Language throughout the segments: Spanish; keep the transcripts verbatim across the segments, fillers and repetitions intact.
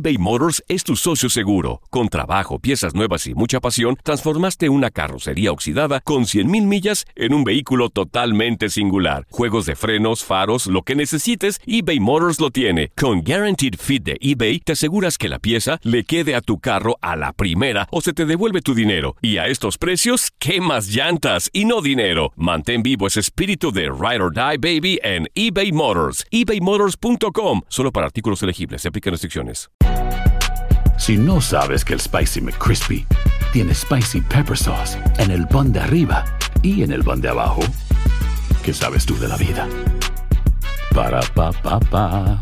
eBay Motors es tu socio seguro. Con trabajo, piezas nuevas y mucha pasión, transformaste una carrocería oxidada con cien mil millas en un vehículo totalmente singular. Juegos de frenos, faros, lo que necesites, eBay Motors lo tiene. Con Guaranteed Fit de eBay, te aseguras que la pieza le quede a tu carro a la primera o se te devuelve tu dinero. Y a estos precios, ¿qué más llantas y no dinero? Mantén vivo ese espíritu de Ride or Die, baby, en eBay Motors. ebay motors punto com. Solo para artículos elegibles. Se aplican restricciones. Si no sabes que el Spicy McCrispy tiene Spicy Pepper Sauce en el pan de arriba y en el pan de abajo, ¿qué sabes tú de la vida? Para, pa, pa, pa.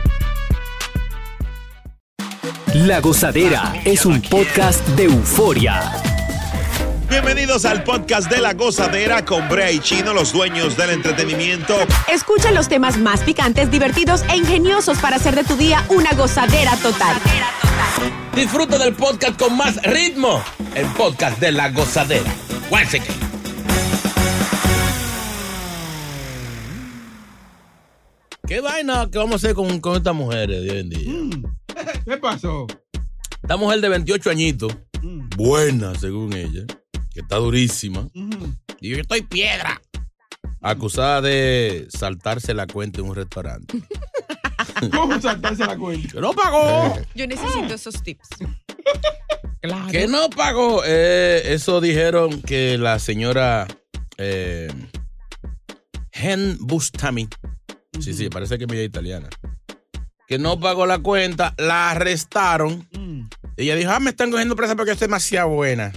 La Gozadera es un podcast de euforia. Bienvenidos al podcast de La Gozadera con Brea y Chino, los dueños del entretenimiento. Escucha los temas más picantes, divertidos e ingeniosos para hacer de tu día una gozadera total. Disfruta del podcast con más ritmo, el podcast de La Gozadera. Guáchate. ¿Qué vaina que vamos a hacer con, con estas mujeres de hoy en día? Mm. ¿Qué pasó? Esta mujer de veintiocho añitos, mm. buena según ella, que está durísima. Mm. Y yo estoy piedra. Acusada de saltarse la cuenta en un restaurante. ¿Cómo saltarse la cuenta? Que no pagó. Yo necesito esos tips. Claro. Que no pagó. Eh, eso dijeron que la señora eh, Hen Bustami. Uh-huh. Sí, sí, parece que es media italiana. Que no pagó la cuenta, la arrestaron. Mm. Ella dijo, ah, me están cogiendo presa porque yo estoy demasiado buena.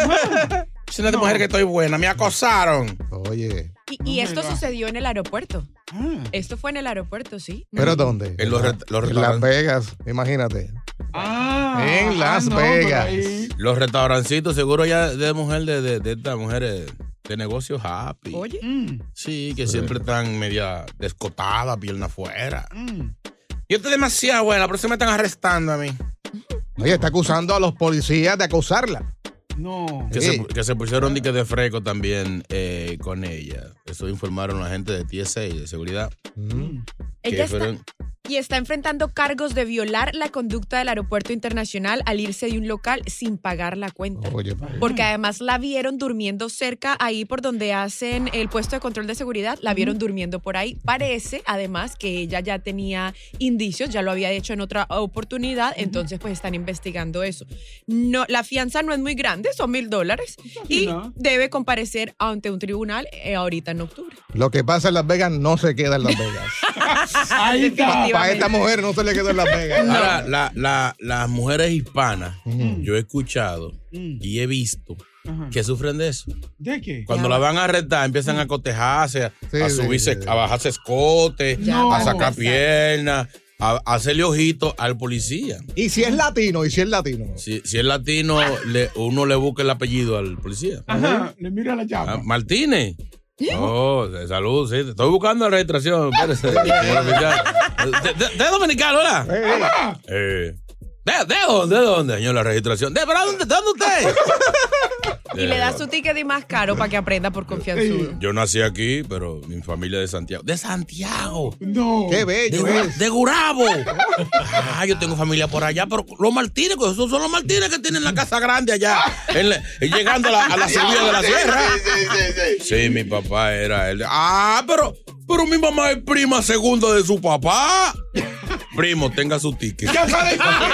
Es una no. mujer que estoy buena, me acosaron. Oye. Y, y esto sucedió en el aeropuerto. Ah. Esto fue en el aeropuerto, sí. ¿Pero dónde? En, los, los en Las Vegas, imagínate. Ah, en Las ah, no, Vegas. Los restaurancitos, seguro ya de mujer, de, de, de estas mujeres de negocios happy. Oye. Mm. Sí, que sí. Siempre están media descotadas, pierna afuera. Mm. Yo estoy demasiado buena, por eso me están arrestando a mí. Oye, está acusando a los policías de acosarla. No. Que, sí. se, que se pusieron dique de freco también eh, con ella. Eso informaron la gente de T S A, de seguridad. Mm. Ella está, fueron... y está enfrentando cargos de violar la conducta del aeropuerto internacional al irse de un local sin pagar la cuenta. Oye, porque además la vieron durmiendo cerca ahí por donde hacen el puesto de control de seguridad. La vieron mm. durmiendo por ahí. Parece, además, que ella ya tenía indicios, ya lo había hecho en otra oportunidad, mm. entonces pues están investigando eso. No, la fianza no es muy grande, son mil dólares y no. debe comparecer ante un tribunal eh, ahorita en octubre. Lo que pasa en Las Vegas no se queda en Las Vegas. Ahí está. Para esta mujer no se le quedó en Las Vegas. No. Ahora, la, la, las mujeres hispanas, mm. yo he escuchado mm. y he visto Ajá. que sufren de eso. ¿De qué? Cuando ya. la van a arrestar, empiezan mm. a cotejarse, a, sí, a subirse, sí, sí. a bajarse escote, no. a sacar piernas, a, a hacerle ojitos al policía. ¿Y si es latino? ¿Y si es latino? Si, si es latino, le, uno le busca el apellido al policía. Ajá, Ajá. le mira la llave. Ah, Martínez. Oh, de salud, sí. Estoy buscando la registración. Espérese. de, de, de dominicano, ¿verdad? Eh, eh. ¿De, de dónde? ¿De dónde, señor, la registración? ¿De, pero, ¿dónde, ¿de dónde usted? Y le da su ticket de más caro para que aprenda por confianzudo. Yo nací aquí, pero mi familia es de Santiago. ¡De Santiago! No. ¡Qué bello! De, es. de Gurabo. Ah, yo tengo familia por allá, pero los Martínez, esos son los Martínez que tienen la casa grande allá, en la, llegando a la, a la subida de la sierra. Sí, sí, sí, sí. Sí, mi papá era él. Ah, pero, pero mi mamá es prima segunda de su papá. Primo, tenga su ticket. ¿Ya sabes?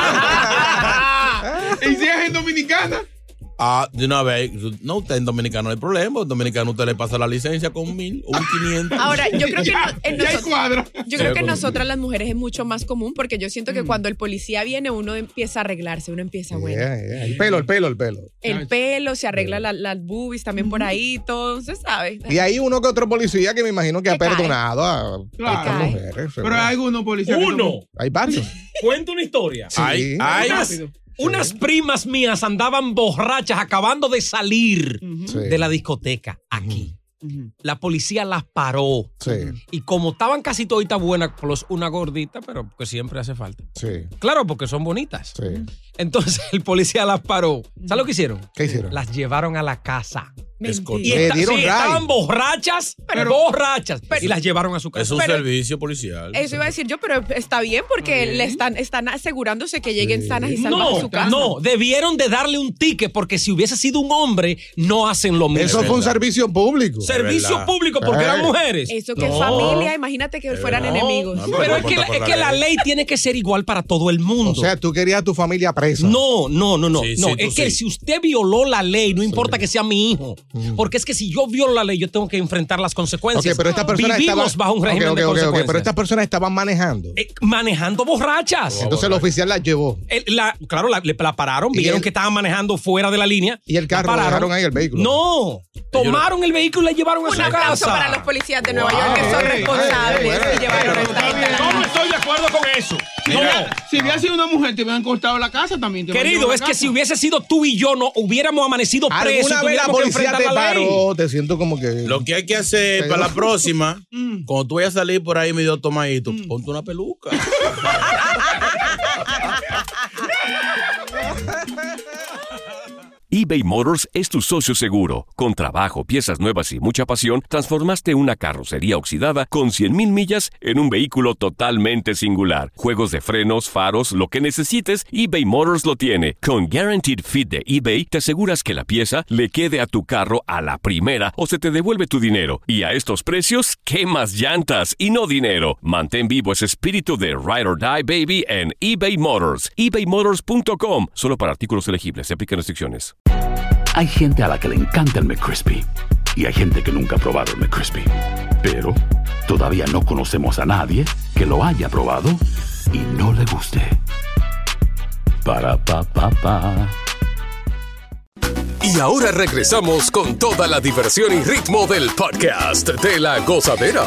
¿Y si es en dominicana? Ah, de una vez, no, usted en dominicano no hay problema. En dominicano usted le pasa la licencia con mil o un quinientos. Ahora, yo creo que, ya, no, en ya nosotros, yo creo que en nosotras las mujeres es mucho más común porque yo siento que mm. cuando el policía viene uno empieza a arreglarse, uno empieza, yeah, bueno. Yeah. El pelo, el pelo, el pelo. El pelo, se arregla las la boobies también mm. por ahí, entonces, ¿sabes? Y hay uno que otro policía que me imagino que, que ha cae. perdonado a, claro. a estas mujeres. Pero hay algunos policías. Uno. No... Hay varios. Cuento una historia. Sí. Hay, hay. Unas, unas primas mías andaban borrachas acabando de salir uh-huh. sí. de la discoteca aquí. Uh-huh. La policía las paró. Sí. Y como estaban casi toditas buenas, plus una gordita, pero que siempre hace falta. Sí. Claro, porque son bonitas. Sí. Entonces el policía las paró. ¿Sabes lo que hicieron? ¿Qué hicieron? Las llevaron a la casa. Y está, sí, estaban borrachas, pero borrachas. Pero, y las llevaron a su casa. Es un pero, servicio policial. Eso iba a decir yo, pero está bien porque sí. le están, están asegurándose que lleguen sí. sanas y salvas no, a su casa. No, debieron de darle un ticket porque si hubiese sido un hombre, no hacen lo mismo. Eso fue un servicio público. Servicio público porque eh. eran mujeres. Eso que no. es familia, imagínate que fueran no. enemigos. No, pero, pero es que, la, es que la ley tiene que ser igual para todo el mundo. O sea, tú querías a tu familia presa. No, no, no, no. Sí, no sí, es que sí. si usted violó la ley, no importa sí. que sea mi hijo. Mm. Porque es que si yo violo la ley, yo tengo que enfrentar las consecuencias. Okay, pero esta persona Vivimos estaba, bajo un régimen okay, okay, de consecuencias. Okay, pero estas personas estaban manejando. Eh, manejando borrachas. Entonces el oficial las llevó. El, la, claro, la, le, la pararon, vieron el, que estaban manejando fuera de la línea. Y el carro lo dejaron ahí, el vehículo. No, tomaron el vehículo y la llevaron a un su casa. Un aplauso para los policías de Nueva wow. York que son responsables hey, hey, y llevaron hey, hey, No estoy de acuerdo con eso. Si, no. hubiera, si hubiera sido una mujer, te hubieran cortado la casa también. Te Querido, es que si hubiese sido tú y yo, no hubiéramos amanecido presos. Alguna vez la policía te paró, te siento como que... Lo que hay que hacer para la próxima, mm. cuando tú vayas a salir por ahí medio tomadito, mm. ponte una peluca. eBay Motors es tu socio seguro. Con trabajo, piezas nuevas y mucha pasión, transformaste una carrocería oxidada con cien mil millas en un vehículo totalmente singular. Juegos de frenos, faros, lo que necesites, eBay Motors lo tiene. Con Guaranteed Fit de eBay, te aseguras que la pieza le quede a tu carro a la primera o se te devuelve tu dinero. Y a estos precios, ¿qué más llantas y no dinero? Mantén vivo ese espíritu de Ride or Die, baby, en eBay Motors. ebay motors punto com. Solo para artículos elegibles. Se aplican restricciones. Hay gente a la que le encanta el McCrispy y hay gente que nunca ha probado el McCrispy. Pero todavía no conocemos a nadie que lo haya probado y no le guste. Para pa pa pa. Y ahora regresamos con toda la diversión y ritmo del podcast de La Gozadera.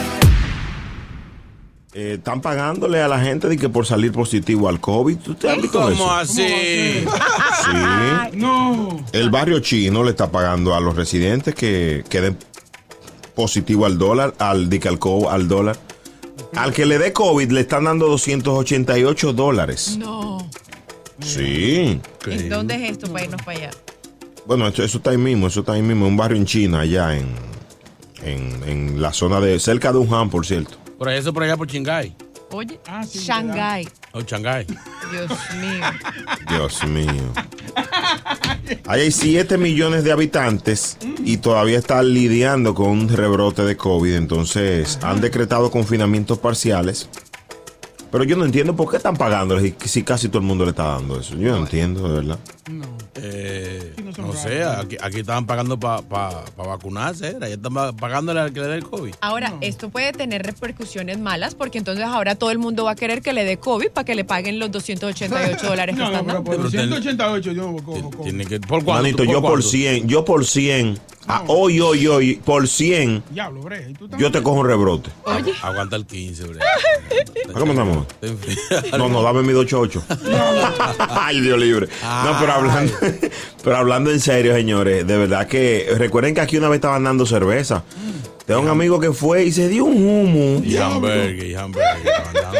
Eh, están pagándole a la gente de que por salir positivo al COVID. ¿Usted ha visto ¿Cómo eso? así? Sí. No. El barrio chino le está pagando a los residentes que queden positivo al dólar, al, de que al, al dólar. Al que le dé COVID le están dando doscientos ochenta y ocho dólares. No. Sí. ¿En dónde es esto para irnos para allá? Bueno, eso, eso está ahí mismo, eso está ahí mismo, en un barrio en China, allá en, en, en la zona de, cerca de Wuhan, por cierto. Por eso por allá por Shanghái. Oye, ah, sí, Shanghái. Oh, Shanghái. Dios mío. Dios mío. Ahí hay siete millones de habitantes y todavía están lidiando con un rebrote de COVID. Entonces han decretado confinamientos parciales. Pero yo no entiendo por qué están pagándoles si casi todo el mundo le está dando eso. Yo no entiendo, de verdad. No. Eh, no sé, aquí, aquí estaban pagando para pa, pa vacunarse, ¿eh? Ya están pagándole al que le dé el COVID. Ahora, no. esto puede tener repercusiones malas porque entonces ahora todo el mundo va a querer que le dé COVID para que le paguen los doscientos ochenta y ocho dólares que no, están no, dando. pero por doscientos ochenta y ocho yo cojo. cojo. Tiene que, ¿por cuánto? Manito, ¿Por yo cuánto? por cien, yo por cien, no. ah, hoy, hoy, hoy, por cien, Diablo, bre, ¿y tú yo te cojo un rebrote. Oye. Aguanta el quince, bre. ¿Cómo estamos? No, no, dame mi doscientos ochenta y ocho. Ay, Dios libre. No, pero hablando, pero hablando en serio, señores, de verdad que recuerden que aquí una vez estaban dando cerveza. Mm. Tengo un amigo que fue y se dio un humo. Y hamburgues, y hamburgues.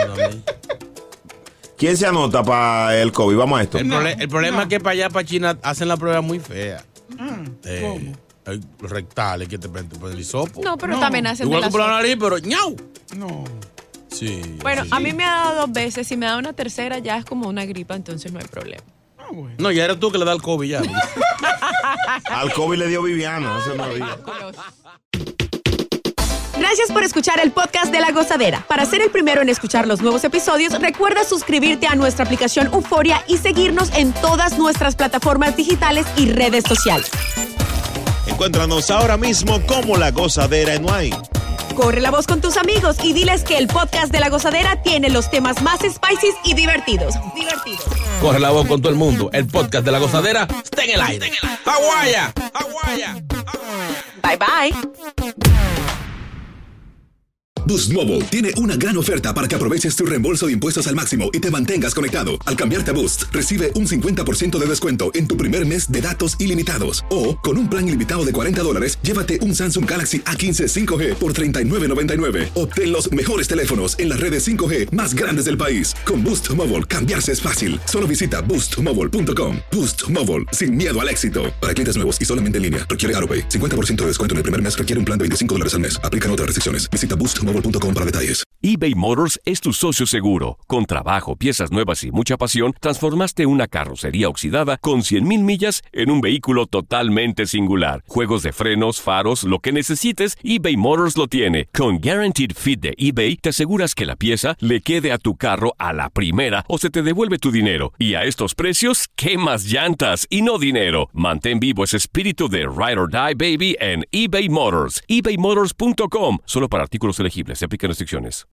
¿Quién se anota para el COVID? Vamos a esto. El, prole- el problema no. es que para allá, para China, hacen la prueba muy fea. Ah, eh, ¿Cómo? Hay rectales que te ponen el hisopo. No, pero No. también hacen Igual de que por la la nariz, pero ¡ñau! No. Sí. Bueno, sí. a mí me ha dado dos veces. Si me da una tercera, ya es como una gripa, entonces no hay problema. Ah, bueno. No, ya eres tú que le da el COVID ya. Al COVID le dio Viviana, eso no había. Gracias por escuchar el podcast de La Gozadera. Para ser el primero en escuchar los nuevos episodios, recuerda suscribirte a nuestra aplicación Euforia y seguirnos en todas nuestras plataformas digitales y redes sociales. Encuéntranos ahora mismo como La Gozadera en Nuay. Corre la voz con tus amigos y diles que el podcast de La Gozadera tiene los temas más spicy y divertidos. Divertidos. Corre la voz con todo el mundo. El podcast de La Gozadera está en el aire. ¡Aguaya! ¡Aguaya! Bye, bye. Boost Mobile tiene una gran oferta para que aproveches tu reembolso de impuestos al máximo y te mantengas conectado. Al cambiarte a Boost, recibe un cincuenta por ciento de descuento en tu primer mes de datos ilimitados. O, con un plan ilimitado de cuarenta dólares, llévate un Samsung Galaxy A quince cinco G por treinta y nueve noventa y nueve. Obtén los mejores teléfonos en las redes cinco G más grandes del país. Con Boost Mobile, cambiarse es fácil. Solo visita boost mobile punto com. Boost Mobile, sin miedo al éxito. Para clientes nuevos y solamente en línea, requiere AutoPay. cincuenta por ciento de descuento en el primer mes requiere un plan de veinticinco dólares al mes. Aplican otras restricciones. Visita boost mobile punto com para detalles. eBay Motors es tu socio seguro. Con trabajo, piezas nuevas y mucha pasión, transformaste una carrocería oxidada con cien mil millas en un vehículo totalmente singular. Juegos de frenos, faros, lo que necesites, eBay Motors lo tiene. Con Guaranteed Fit de eBay, te aseguras que la pieza le quede a tu carro a la primera o se te devuelve tu dinero. Y a estos precios, ¿qué más llantas y no dinero? Mantén vivo ese espíritu de Ride or Die, baby, en eBay Motors. ebay motors punto com. Solo para artículos elegibles. Se aplican restricciones.